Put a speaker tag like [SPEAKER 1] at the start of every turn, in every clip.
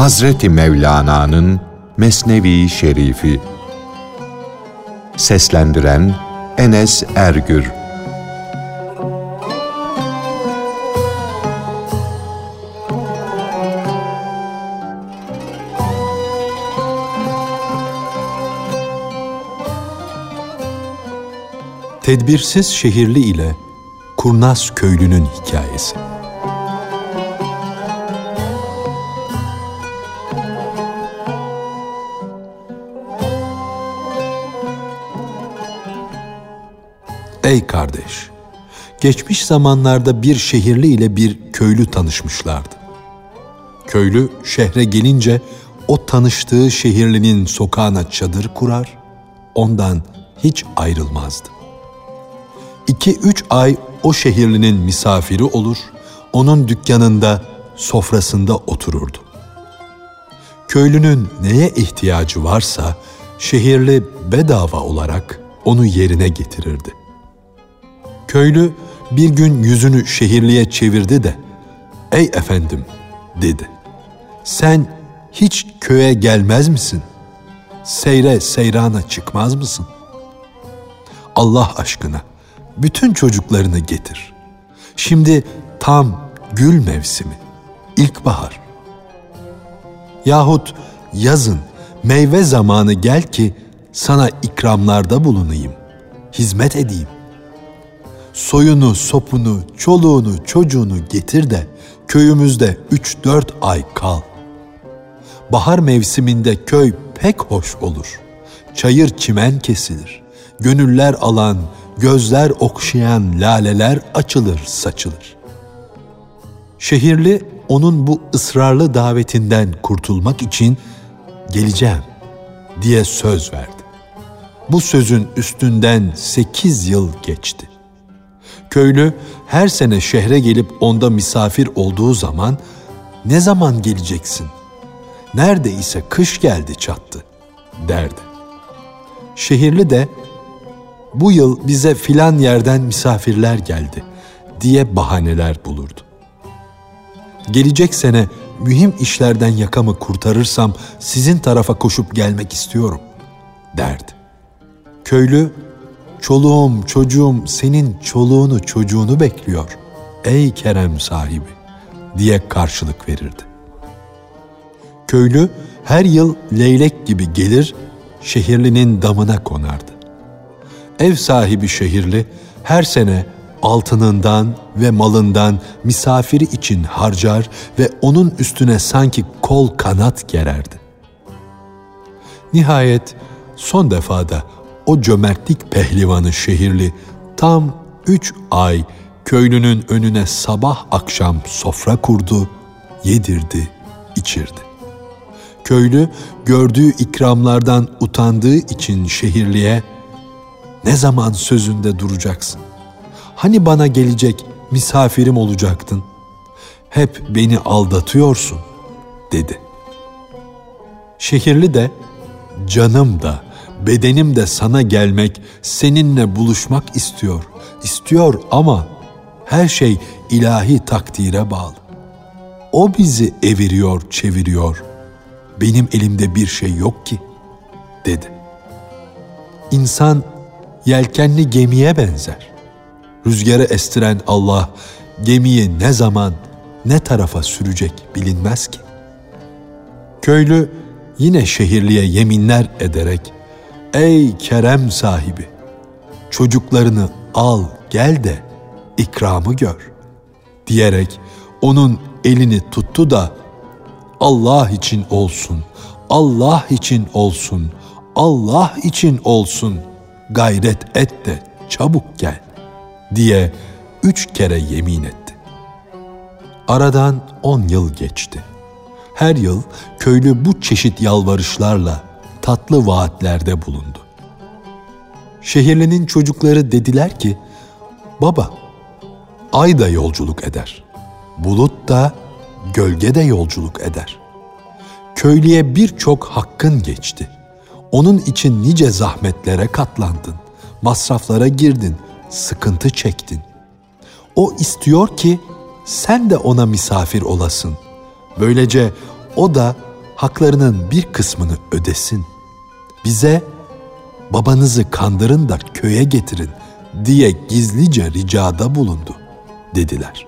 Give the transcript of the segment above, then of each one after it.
[SPEAKER 1] Hazreti Mevlana'nın Mesnevi Şerifi. Seslendiren Enes Ergür.
[SPEAKER 2] Tedbirsiz şehirli ile kurnaz köylünün hikayesi. Ey kardeş! Geçmiş zamanlarda bir şehirli ile bir köylü tanışmışlardı. Köylü şehre gelince o tanıştığı şehirlinin sokağına çadır kurar, ondan hiç ayrılmazdı. 2-3 ay o şehirlinin misafiri olur, onun dükkanında, sofrasında otururdu. Köylünün neye ihtiyacı varsa şehirli bedava olarak onu yerine getirirdi. Köylü bir gün yüzünü şehirliye çevirdi de, "Ey efendim," dedi, "sen hiç köye gelmez misin? Seyre seyrana çıkmaz mısın? Allah aşkına bütün çocuklarını getir. Şimdi tam gül mevsimi, ilkbahar. Yahut yazın meyve zamanı gel ki sana ikramlarda bulunayım, hizmet edeyim. Soyunu, sopunu, çoluğunu, çocuğunu getir de köyümüzde 3-4 ay kal. Bahar mevsiminde köy pek hoş olur. Çayır çimen kesilir. Gönüller alan, gözler okşayan laleler açılır, saçılır." Şehirli onun bu ısrarlı davetinden kurtulmak için "Geleceğim," diye söz verdi. Bu sözün üstünden 8 yıl geçti. Köylü her sene şehre gelip onda misafir olduğu zaman "Ne zaman geleceksin? Neredeyse kış geldi çattı," derdi. Şehirli de "Bu yıl bize filan yerden misafirler geldi," diye bahaneler bulurdu. "Gelecek sene mühim işlerden yakamı kurtarırsam sizin tarafa koşup gelmek istiyorum," derdi. Köylü, "Çoluğum, çocuğum senin çoluğunu, çocuğunu bekliyor, ey kerem sahibi," diye karşılık verirdi. Köylü her yıl leylek gibi gelir, şehirlinin damına konardı. Ev sahibi şehirli her sene altınından ve malından misafiri için harcar ve onun üstüne sanki kol kanat gererdi. Nihayet son defada o cömertlik pehlivanı şehirli tam 3 ay köylünün önüne sabah akşam sofra kurdu, yedirdi, içirdi. Köylü gördüğü ikramlardan utandığı için şehirliye "Ne zaman sözünde duracaksın? Hani bana gelecek misafirim olacaktın? Hep beni aldatıyorsun," dedi. Şehirli de "Canım da bedenim de sana gelmek, seninle buluşmak istiyor ama her şey ilahi takdire bağlı. O bizi eviriyor, çeviriyor. Benim elimde bir şey yok ki," dedi. İnsan yelkenli gemiye benzer. Rüzgarı estiren Allah gemiyi ne zaman, ne tarafa sürecek bilinmez ki. Köylü yine şehirliye yeminler ederek "Ey kerem sahibi, çocuklarını al gel de ikramı gör," diyerek onun elini tuttu da "Allah için olsun, Allah için olsun, Allah için olsun, gayret et de çabuk gel," diye 3 kere yemin etti. Aradan 10 yıl geçti. Her yıl köylü bu çeşit yalvarışlarla tatlı vaatlerde bulundu. Şehirlinin çocukları dediler ki, "Baba, ay da yolculuk eder, bulut da, gölge de yolculuk eder. Köylüye birçok hakkın geçti. Onun için nice zahmetlere katlandın, masraflara girdin, sıkıntı çektin. O istiyor ki sen de ona misafir olasın. Böylece o da haklarının bir kısmını ödesin. Bize babanızı kandırın da köye getirin diye gizlice ricada bulundu dediler.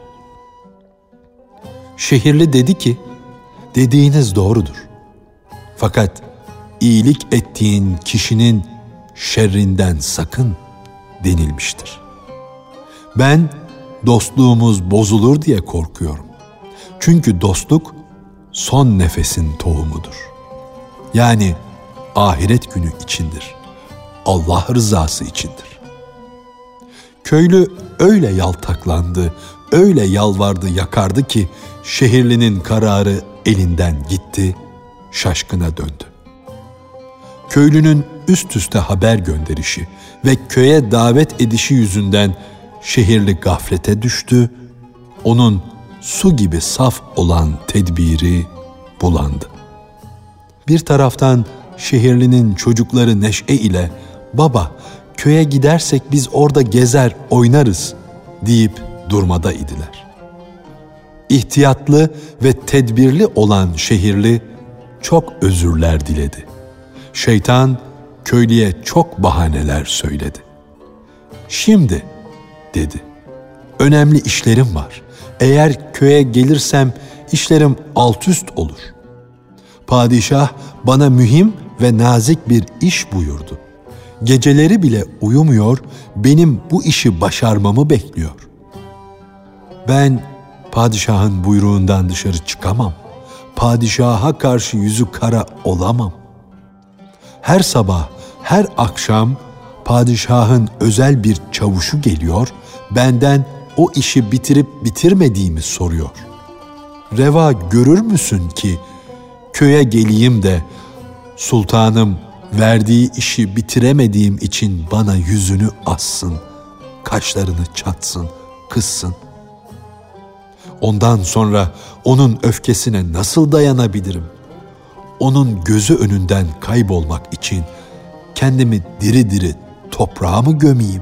[SPEAKER 2] Şehirli dedi ki, dediğiniz doğrudur. Fakat iyilik ettiğin kişinin şerrinden sakın denilmiştir. Ben dostluğumuz bozulur diye korkuyorum. Çünkü dostluk son nefesin tohumudur. Yani ahiret günü içindir. Allah rızası içindir. Köylü öyle yaltaklandı, öyle yalvardı yakardı ki şehirlinin kararı elinden gitti, şaşkına döndü. Köylünün üst üste haber gönderişi ve köye davet edişi yüzünden şehirli gaflete düştü, onun su gibi saf olan tedbiri bulandı. Bir taraftan şehirlinin çocukları neşe ile "Baba, köye gidersek biz orada gezer, oynarız" deyip durmada idiler. İhtiyatlı ve tedbirli olan şehirli çok özürler diledi. Şeytan köylüye çok bahaneler söyledi. "Şimdi," dedi, "önemli işlerim var. Eğer köye gelirsem işlerim alt üst olur. Padişah bana mühim ve nazik bir iş buyurdu. Geceleri bile uyumuyor, benim bu işi başarmamı bekliyor. Ben padişahın buyruğundan dışarı çıkamam. Padişaha karşı yüzü kara olamam. Her sabah, her akşam padişahın özel bir çavuşu geliyor, benden o işi bitirip bitirmediğimi soruyor. Reva görür müsün ki köye geleyim de sultanım verdiği işi bitiremediğim için bana yüzünü assın, kaşlarını çatsın, kızsın? Ondan sonra onun öfkesine nasıl dayanabilirim? Onun gözü önünden kaybolmak için kendimi diri diri toprağa mı gömeyim?"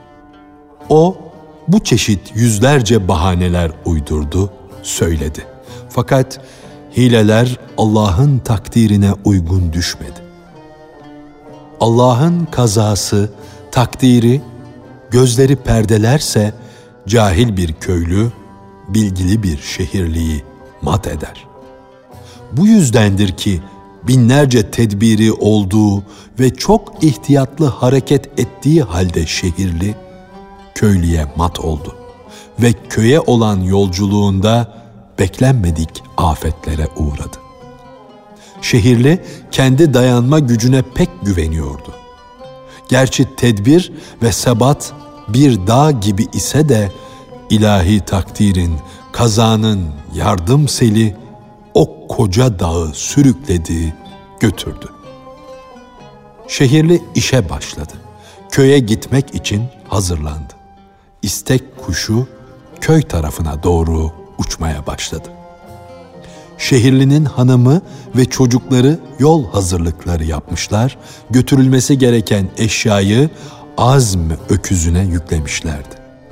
[SPEAKER 2] O bu çeşit yüzlerce bahaneler uydurdu, söyledi. Fakat hileler Allah'ın takdirine uygun düşmedi. Allah'ın kazası, takdiri, gözleri perdelerse cahil bir köylü, bilgili bir şehirliyi mat eder. Bu yüzdendir ki binlerce tedbiri olduğu ve çok ihtiyatlı hareket ettiği halde şehirli, köylüye mat oldu ve köye olan yolculuğunda beklenmedik afetlere uğradı. Şehirli kendi dayanma gücüne pek güveniyordu. Gerçi tedbir ve sebat bir dağ gibi ise de ilahi takdirin, kazanın yardım seli o koca dağı sürükledi, götürdü. Şehirli işe başladı. Köye gitmek için hazırlandı. İstek kuşu köy tarafına doğru uçmaya başladı. Şehirlinin hanımı ve çocukları yol hazırlıkları yapmışlar, götürülmesi gereken eşyayı Azm öküzüne yüklemişlerdi.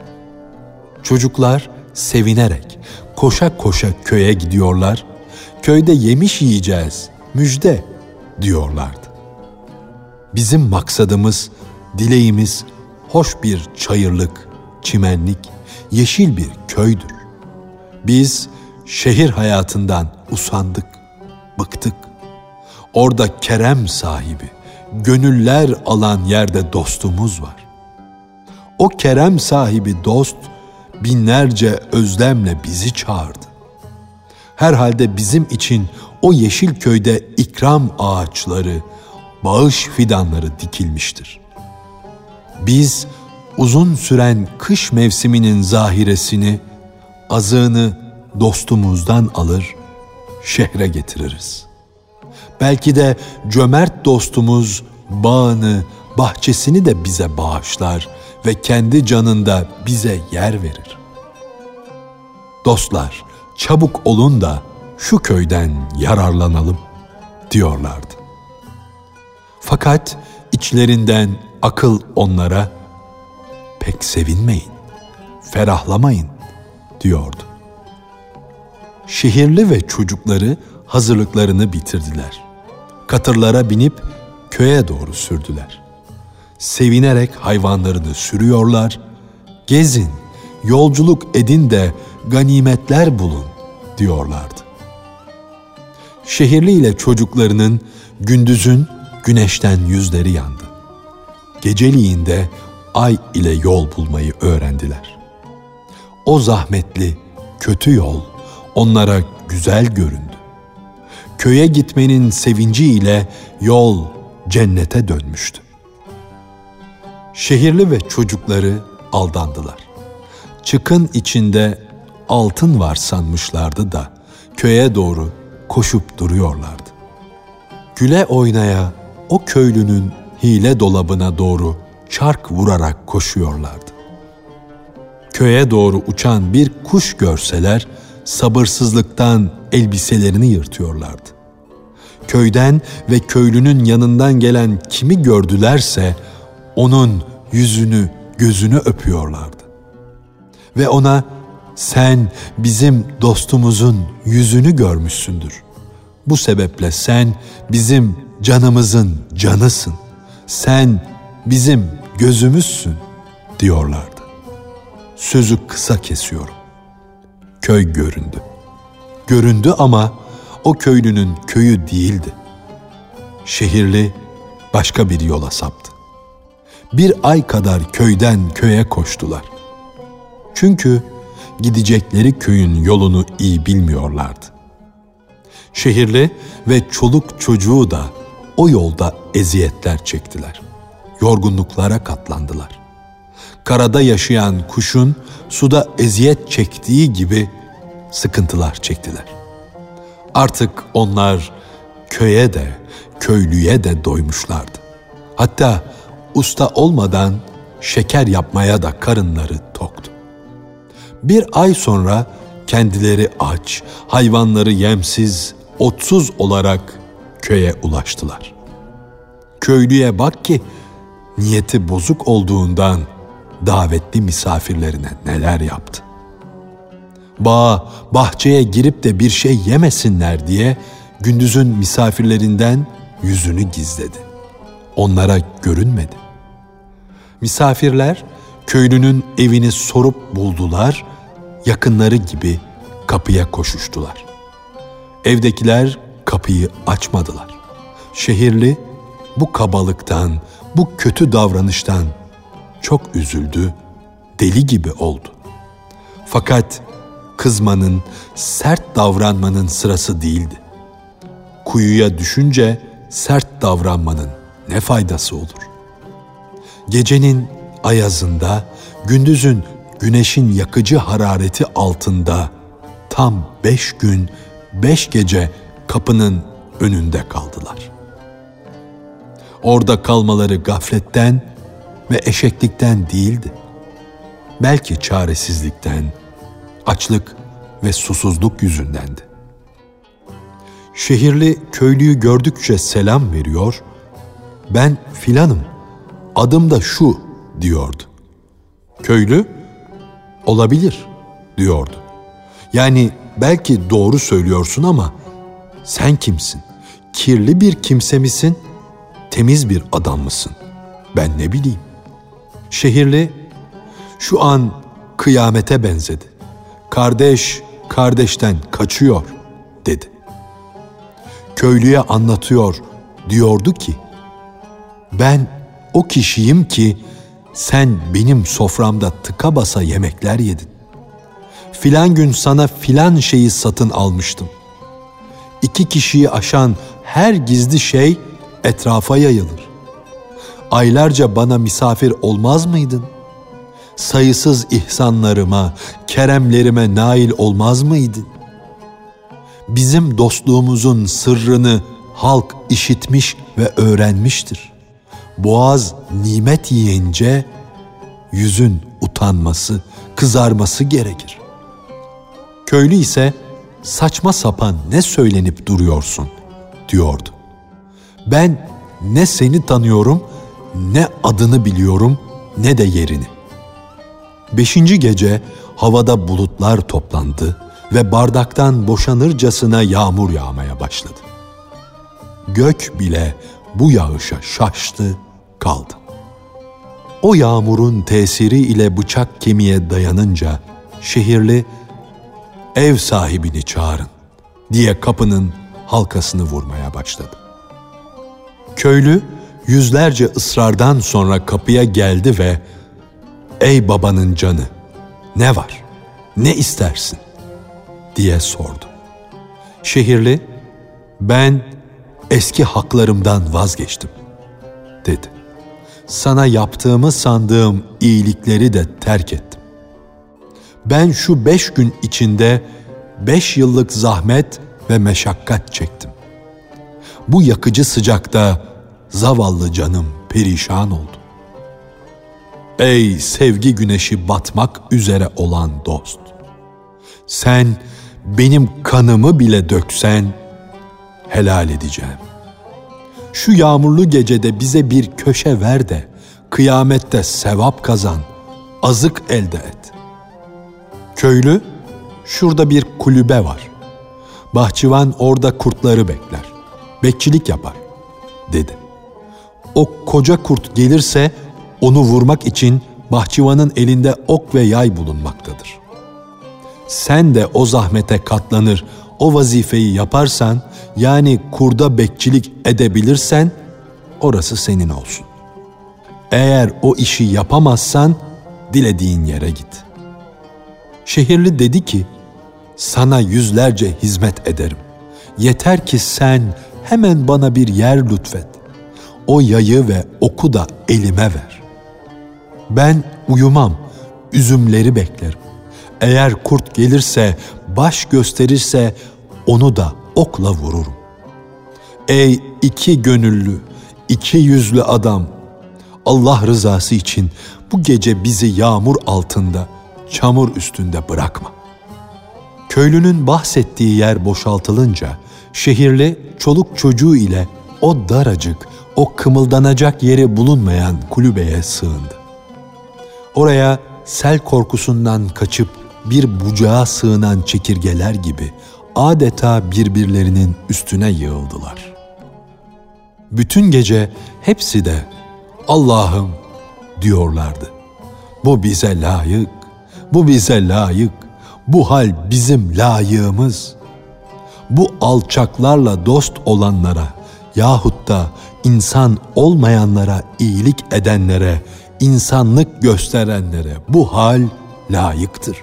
[SPEAKER 2] Çocuklar sevinerek koşa koşa köye gidiyorlar, "Köyde yemiş yiyeceğiz, müjde" diyorlardı. Bizim maksadımız, dileğimiz hoş bir çayırlık, çimenlik, yeşil bir köydür. Biz şehir hayatından usandık, bıktık. Orada kerem sahibi, gönüller alan yerde dostumuz var. O kerem sahibi dost binlerce özlemle bizi çağırdı. Herhalde bizim için o yeşil köyde ikram ağaçları, bağış fidanları dikilmiştir. Biz uzun süren kış mevsiminin zahiresini, azığını dostumuzdan alır, şehre getiririz. Belki de cömert dostumuz bağını, bahçesini de bize bağışlar ve kendi canında bize yer verir. Dostlar, çabuk olun da şu köyden yararlanalım diyorlardı. Fakat içlerinden akıl onlara pek sevinmeyin, ferahlamayın diyordu. Şehirli ve çocukları hazırlıklarını bitirdiler. Katırlara binip köye doğru sürdüler. Sevinerek hayvanlarını sürüyorlar, gezin, yolculuk edin de ganimetler bulun diyorlardı. Şehirli ile çocuklarının gündüzün güneşten yüzleri yandı. Geceliğin de ay ile yol bulmayı öğrendiler. O zahmetli, kötü yol onlara güzel göründü. Köye gitmenin sevinciyle yol cennete dönmüştü. Şehirli ve çocukları aldandılar. Çıkın içinde altın var sanmışlardı da köye doğru koşup duruyorlardı. Güle oynaya o köylünün hile dolabına doğru çark vurarak koşuyorlardı. Köye doğru uçan bir kuş görseler sabırsızlıktan elbiselerini yırtıyorlardı. Köyden ve köylünün yanından gelen kimi gördülerse onun yüzünü, gözünü öpüyorlardı. Ve ona sen bizim dostumuzun yüzünü görmüşsündür. Bu sebeple sen bizim canımızın canısın. Sen bizim gözümüzsün diyorlardı. Sözü kısa kesiyorum. Köy göründü. Göründü ama o köylünün köyü değildi. Şehirli başka bir yola saptı. Bir ay kadar köyden köye koştular. Çünkü gidecekleri köyün yolunu iyi bilmiyorlardı. Şehirli ve çoluk çocuğu da o yolda eziyetler çektiler. Yorgunluklara katlandılar. Karada yaşayan kuşun suda eziyet çektiği gibi sıkıntılar çektiler. Artık onlar köye de, köylüye de doymuşlardı. Hatta usta olmadan şeker yapmaya da karınları toktu. Bir ay sonra kendileri aç, hayvanları yemsiz, otsuz olarak köye ulaştılar. Köylüye bak ki niyeti bozuk olduğundan davetli misafirlerine neler yaptı. Bağa, bahçeye girip de bir şey yemesinler diye gündüzün misafirlerinden yüzünü gizledi. Onlara görünmedi. Misafirler köylünün evini sorup buldular, yakınları gibi kapıya koşuştular. Evdekiler kapıyı açmadılar. Şehirli bu kabalıktan, bu kötü davranıştan çok üzüldü, deli gibi oldu. Fakat kızmanın, sert davranmanın sırası değildi. Kuyuya düşünce sert davranmanın ne faydası olur? Gecenin ayazında, gündüzün güneşin yakıcı harareti altında tam 5 gün, 5 gece kapının önünde kaldılar. Orada kalmaları gafletten ve eşeklikten değildi. Belki çaresizlikten, açlık ve susuzluk yüzündendi. Şehirli köylüyü gördükçe selam veriyor, ben filanım, adım da şu diyordu. Köylü, olabilir diyordu. Yani belki doğru söylüyorsun ama sen kimsin? Kirli bir kimse misin? Temiz bir adam mısın? Ben ne bileyim. Şehirli, şu an kıyamete benzedi. Kardeş kardeşten kaçıyor dedi. Köylüye anlatıyor, diyordu ki, ben o kişiyim ki sen benim soframda tıka basa yemekler yedin. Filan gün sana filan şeyi satın almıştım. 2 kişiyi aşan her gizli şey etrafa yayılır. Aylarca bana misafir olmaz mıydın? Sayısız ihsanlarıma, keremlerime nail olmaz mıydın? Bizim dostluğumuzun sırrını halk işitmiş ve öğrenmiştir. Boğaz nimet yiyince yüzün utanması, kızarması gerekir. Köylü ise saçma sapan ne söylenip duruyorsun diyordu. Ben ne seni tanıyorum, ne adını biliyorum, ne de yerini. 5. gece havada bulutlar toplandı, ve bardaktan boşanırcasına yağmur yağmaya başladı. Gök bile bu yağışa şaştı, kaldı. O yağmurun tesiri ile bıçak kemiğe dayanınca şehirli, "Ev sahibini çağırın," diye kapının halkasını vurmaya başladı. Köylü yüzlerce ısrardan sonra kapıya geldi ve "Ey babanın canı, ne var, ne istersin?" diye sordu. Şehirli, "Ben eski haklarımdan vazgeçtim," dedi. "Sana yaptığımı sandığım iyilikleri de terk ettim. Ben şu 5 gün içinde 5 yıllık zahmet ve meşakkat çektim. Bu yakıcı sıcakta zavallı canım perişan oldu. Ey sevgi güneşi batmak üzere olan dost! Sen benim kanımı bile döksen helal edeceğim. Şu yağmurlu gecede bize bir köşe ver de kıyamette sevap kazan, azık elde et." Köylü, "Şurada bir kulübe var. Bahçıvan orada kurtları bekler, bekçilik yapar," dedi. "O koca kurt gelirse onu vurmak için bahçıvanın elinde ok ve yay bulunmaktadır. Sen de o zahmete katlanır, o vazifeyi yaparsan, yani kurda bekçilik edebilirsen, orası senin olsun. Eğer o işi yapamazsan, dilediğin yere git." Şehirli dedi ki, "Sana yüzlerce hizmet ederim. Yeter ki sen hemen bana bir yer lütfet. O yayı ve oku da elime ver. Ben uyumam, üzümleri beklerim. Eğer kurt gelirse, baş gösterirse onu da okla vururum. Ey iki gönüllü, iki yüzlü adam! Allah rızası için bu gece bizi yağmur altında, çamur üstünde bırakma." Köylünün bahsettiği yer boşaltılınca, şehirli çoluk çocuğu ile o daracık, o kımıldanacak yeri bulunmayan kulübeye sığındı. Oraya sel korkusundan kaçıp bir bucağa sığınan çekirgeler gibi adeta birbirlerinin üstüne yığıldılar. Bütün gece hepsi de "Allah'ım," diyorlardı. "Bu bize layık, bu bize layık, bu hal bizim layığımız. Bu alçaklarla dost olanlara yahut da insan olmayanlara iyilik edenlere, insanlık gösterenlere bu hal layıktır."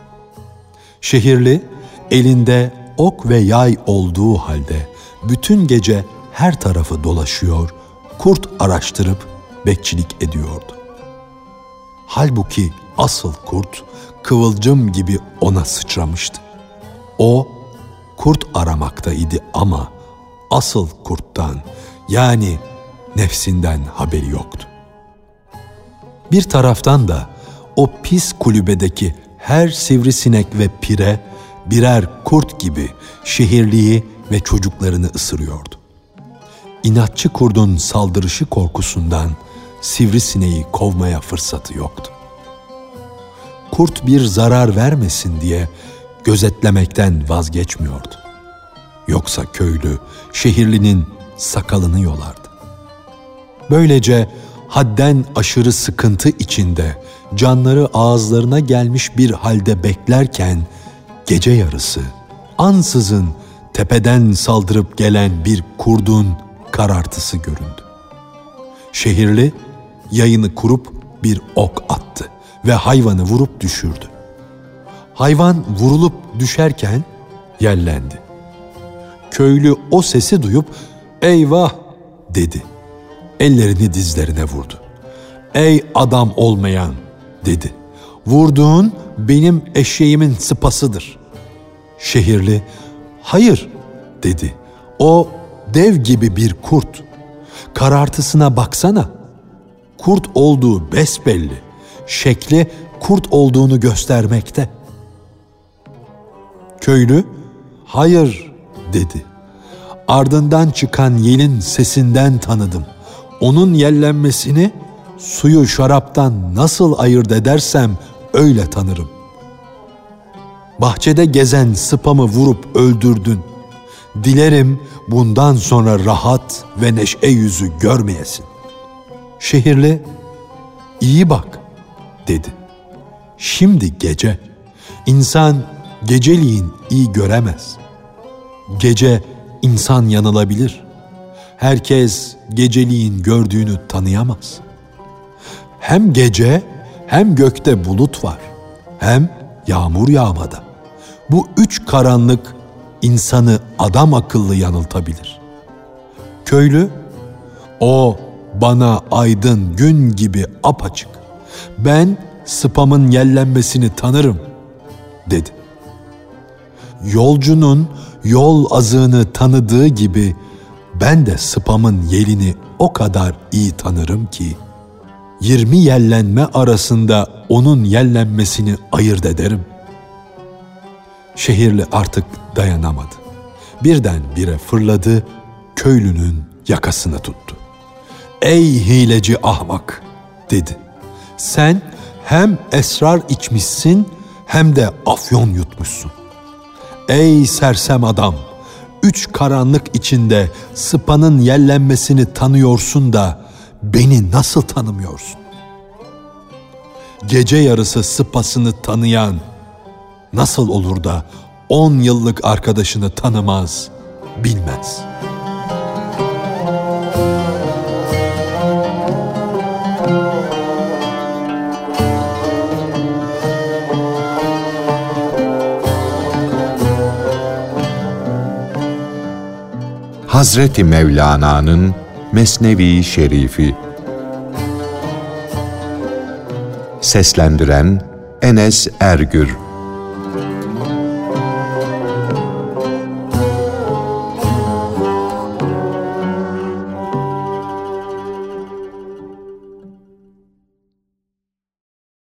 [SPEAKER 2] Şehirli elinde ok ve yay olduğu halde bütün gece her tarafı dolaşıyor, kurt araştırıp bekçilik ediyordu. Halbuki asıl kurt kıvılcım gibi ona sıçramıştı. O kurt aramaktaydı ama asıl kurttan, yani nefsinden haberi yoktu. Bir taraftan da o pis kulübedeki her sivrisinek ve pire birer kurt gibi şehirliyi ve çocuklarını ısırıyordu. İnatçı kurdun saldırışı korkusundan sivrisineği kovmaya fırsatı yoktu. Kurt bir zarar vermesin diye gözetlemekten vazgeçmiyordu. Yoksa köylü şehirlinin sakalını yolardı. Böylece hadden aşırı sıkıntı içinde canları ağızlarına gelmiş bir halde beklerken gece yarısı ansızın tepeden saldırıp gelen bir kurdun karartısı göründü. Şehirli yayını kurup bir ok attı ve hayvanı vurup düşürdü. Hayvan vurulup düşerken yellendi. Köylü o sesi duyup "Eyvah!" dedi. Ellerini dizlerine vurdu. "Ey adam olmayan!" dedi. "Vurduğun benim eşeğimin sıpasıdır." Şehirli "Hayır!" dedi. "O dev gibi bir kurt. Karartısına baksana. Kurt olduğu besbelli. Şekli kurt olduğunu göstermekte." Köylü "Hayır!" dedi. "Ardından çıkan yelin sesinden tanıdım. Onun yellenmesini suyu şaraptan nasıl ayırt edersem öyle tanırım." Bahçede gezen sıpamı vurup öldürdün. Dilerim bundan sonra rahat ve neşe yüzü görmeyesin. Şehirli, iyi bak dedi. Şimdi gece, insan geceliğin iyi göremez. Gece insan yanılabilir. Herkes geceliğin gördüğünü tanıyamaz. Hem gece hem gökte bulut var, hem yağmur yağmada. Bu üç karanlık insanı adam akıllı yanıltabilir. Köylü, o bana aydın gün gibi apaçık. Ben sıpamın yellenmesini tanırım dedi. Yolcunun yol azığını tanıdığı gibi ben de sıpamın yelini o kadar iyi tanırım ki 20 yellenme arasında onun yellenmesini ayırt ederim. Şehirli artık dayanamadı. Birdenbire fırladı, köylünün yakasını tuttu. "Ey hileci ahmak!" dedi. "Sen hem esrar içmişsin hem de afyon yutmuşsun. Ey sersem adam! 3 karanlık içinde sıpanın yellenmesini tanıyorsun da beni nasıl tanımıyorsun? Gece yarısı sıpasını tanıyan nasıl olur da 10 yıllık arkadaşını tanımaz, bilmez?"
[SPEAKER 1] Hazreti Mevlana'nın Mesnevi Şerifi. Seslendiren Enes Ergür.